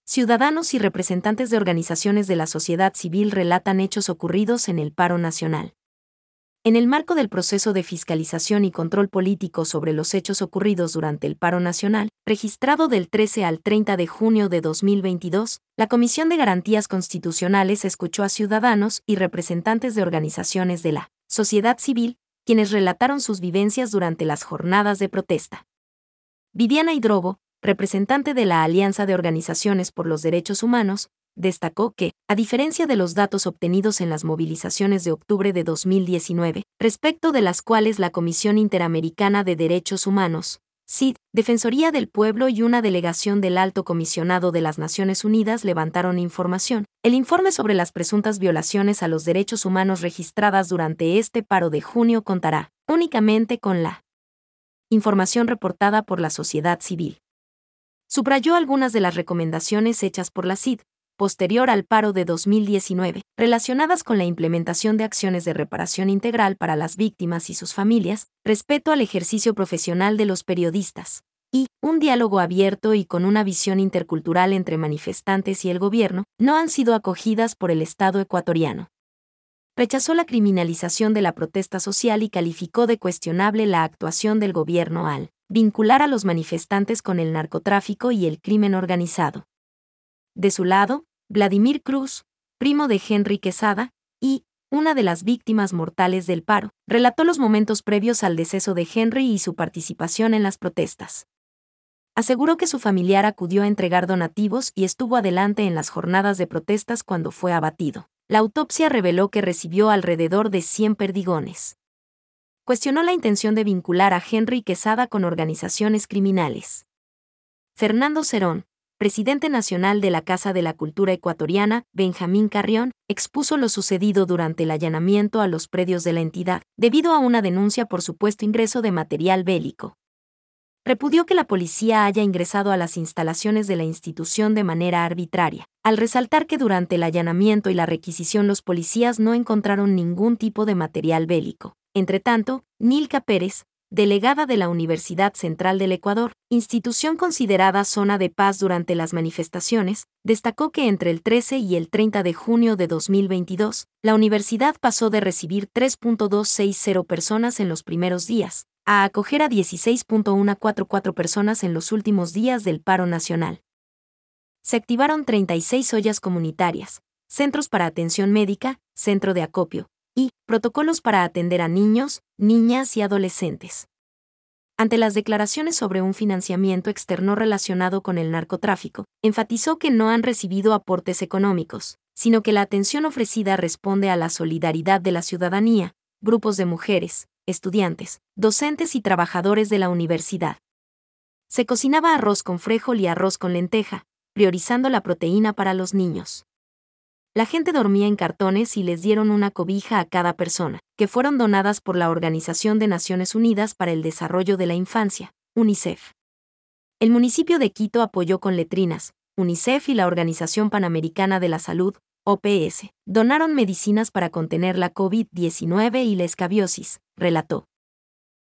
Ciudadanos y representantes de organizaciones de la sociedad civil relatan hechos ocurridos en el paro nacional. En el marco del proceso de fiscalización y control político sobre los hechos ocurridos durante el paro nacional, registrado del 13 al 30 de junio de 2022, la Comisión de Garantías Constitucionales escuchó a ciudadanos y representantes de organizaciones de la sociedad civil, quienes relataron sus vivencias durante las jornadas de protesta. Viviana Hidrobo, representante de la Alianza de Organizaciones por los Derechos Humanos, destacó que, a diferencia de los datos obtenidos en las movilizaciones de octubre de 2019, respecto de las cuales la Comisión Interamericana de Derechos Humanos, CID, Defensoría del Pueblo y una delegación del Alto Comisionado de las Naciones Unidas levantaron información, el informe sobre las presuntas violaciones a los derechos humanos registradas durante este paro de junio contará únicamente con la información reportada por la sociedad civil. Subrayó algunas de las recomendaciones hechas por la CID, posterior al paro de 2019, relacionadas con la implementación de acciones de reparación integral para las víctimas y sus familias, respeto al ejercicio profesional de los periodistas, y un diálogo abierto y con una visión intercultural entre manifestantes y el gobierno, no han sido acogidas por el Estado ecuatoriano. Rechazó la criminalización de la protesta social y calificó de cuestionable la actuación del gobierno al vincular a los manifestantes con el narcotráfico y el crimen organizado. De su lado, Vladimir Cruz, primo de Henry Quesada, y una de las víctimas mortales del paro, relató los momentos previos al deceso de Henry y su participación en las protestas. Aseguró que su familiar acudió a entregar donativos y estuvo adelante en las jornadas de protestas cuando fue abatido. La autopsia reveló que recibió alrededor de 100 perdigones. Cuestionó la intención de vincular a Henry Quesada con organizaciones criminales. Fernando Cerón, presidente nacional de la Casa de la Cultura Ecuatoriana, Benjamín Carrión, expuso lo sucedido durante el allanamiento a los predios de la entidad, debido a una denuncia por supuesto ingreso de material bélico. Repudió que la policía haya ingresado a las instalaciones de la institución de manera arbitraria, al resaltar que durante el allanamiento y la requisición los policías no encontraron ningún tipo de material bélico. Entretanto, Nilka Pérez, delegada de la Universidad Central del Ecuador, institución considerada zona de paz durante las manifestaciones, destacó que entre el 13 y el 30 de junio de 2022, la universidad pasó de recibir 3.260 personas en los primeros días, a acoger a 16.144 personas en los últimos días del paro nacional. Se activaron 36 ollas comunitarias, centros para atención médica, centro de acopio, y protocolos para atender a niños, niñas y adolescentes. Ante las declaraciones sobre un financiamiento externo relacionado con el narcotráfico, enfatizó que no han recibido aportes económicos, sino que la atención ofrecida responde a la solidaridad de la ciudadanía, grupos de mujeres, estudiantes, docentes y trabajadores de la universidad. Se cocinaba arroz con frijol y arroz con lenteja, priorizando la proteína para los niños. La gente dormía en cartones y les dieron una cobija a cada persona, que fueron donadas por la Organización de Naciones Unidas para el Desarrollo de la Infancia, UNICEF. El municipio de Quito apoyó con letrinas, UNICEF y la Organización Panamericana de la Salud, OPS, donaron medicinas para contener la COVID-19 y la escabiosis, relató.